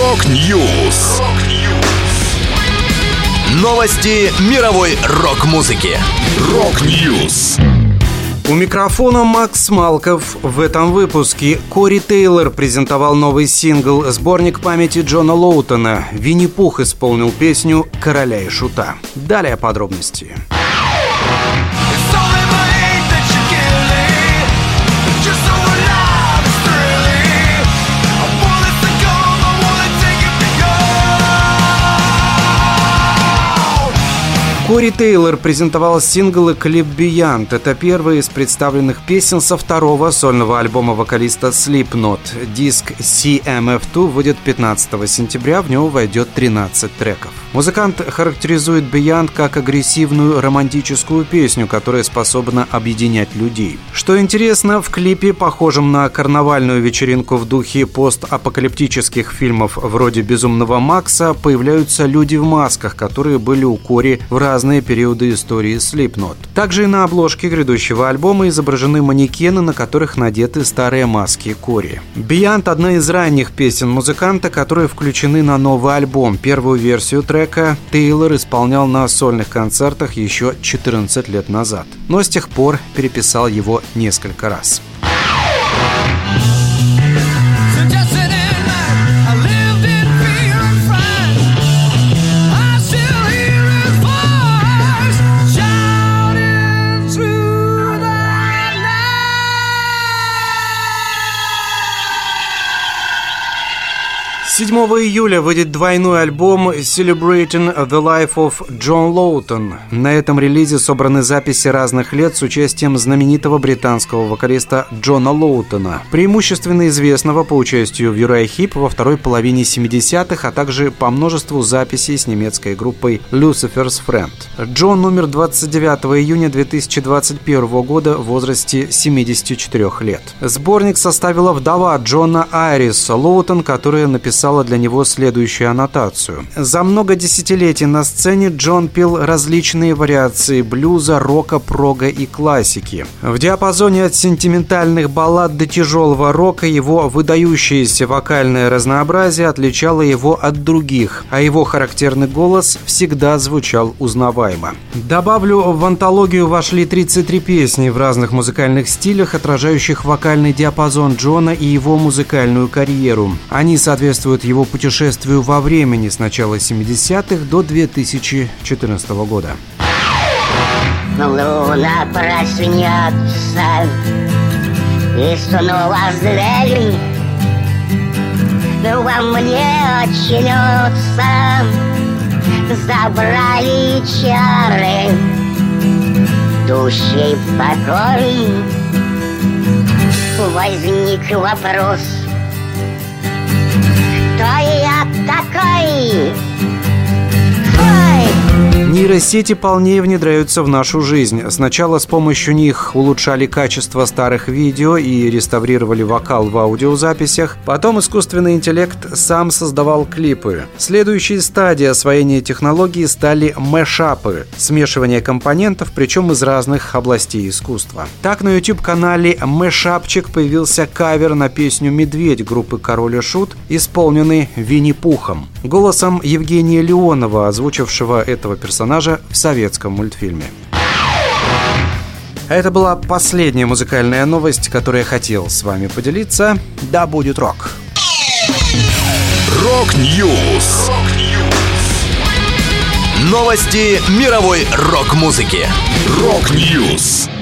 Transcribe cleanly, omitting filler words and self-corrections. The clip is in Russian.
Рок-Ньюс. Новости мировой рок-музыки. Рок-Ньюс. У микрофона Макс Малков. В этом выпуске Кори Тейлор презентовал новый сингл, сборник памяти Джона Лоутона. Винни-Пух исполнил песню «Короля и Шута». Далее подробности. Кори Тейлор презентовал сингл и клип «Beyond». Это первый из представленных песен со второго сольного альбома вокалиста Slipknot. Диск CMF2 выйдет 15 сентября, в него войдет 13 треков. Музыкант характеризует «Beyond» как агрессивную романтическую песню, которая способна объединять людей. Что интересно, в клипе, похожем на карнавальную вечеринку в духе постапокалиптических фильмов вроде «Безумного Макса», появляются люди в масках, которые были у Кори в разные периоды истории Slipknot. Также и на обложке грядущего альбома изображены манекены, на которых надеты старые маски Кори. «Beyond» — одна из ранних песен музыканта, которые включены на новый альбом. Первую версию трека Тейлор исполнял на сольных концертах еще 14 лет назад, но с тех пор переписал его несколько раз. С 7 июля выйдет двойной альбом «Celebrating the Life of John Lawton». На этом релизе собраны записи разных лет с участием знаменитого британского вокалиста Джона Лоутона, преимущественно известного по участию в Uriah Heep во второй половине 70-х, а также по множеству записей с немецкой группой Lucifer's Friend. Джон умер 29 июня 2021 года в возрасте 74 лет. Сборник составила вдова Джона Айрис Лоутон, которая написала для него следующую аннотацию. За много десятилетий на сцене Джон пел различные вариации блюза, рока, прога и классики. В диапазоне от сентиментальных баллад до тяжелого рока его выдающееся вокальное разнообразие отличало его от других, а его характерный голос всегда звучал узнаваемо. Добавлю, в антологию вошли 33 песни в разных музыкальных стилях, отражающих вокальный диапазон Джона и его музыкальную карьеру. Они соответствуют его путешествию во времени с начала 70-х до 2014 года. Луна проснется и снова взглянет, во мне очнется, забрали чары души покой. Возник вопрос: кто я такой? Нейросети полнее внедряются в нашу жизнь. Сначала с помощью них улучшали качество старых видео и реставрировали вокал в аудиозаписях. Потом искусственный интеллект сам создавал клипы. Следующей стадией освоения технологий стали мэшапы – смешивание компонентов, причем из разных областей искусства. Так, на YouTube-канале Мэшапчик появился кавер на песню «Медведь» группы «Король и Шут», исполненный Винни-Пухом, голосом Евгения Леонова, озвучившего этого персонажа в советском мультфильме. Это была последняя музыкальная новость, которую я хотел с вами поделиться. Да будет рок! Рок-Ньюс. Новости мировой рок-музыки. Рок-Ньюс.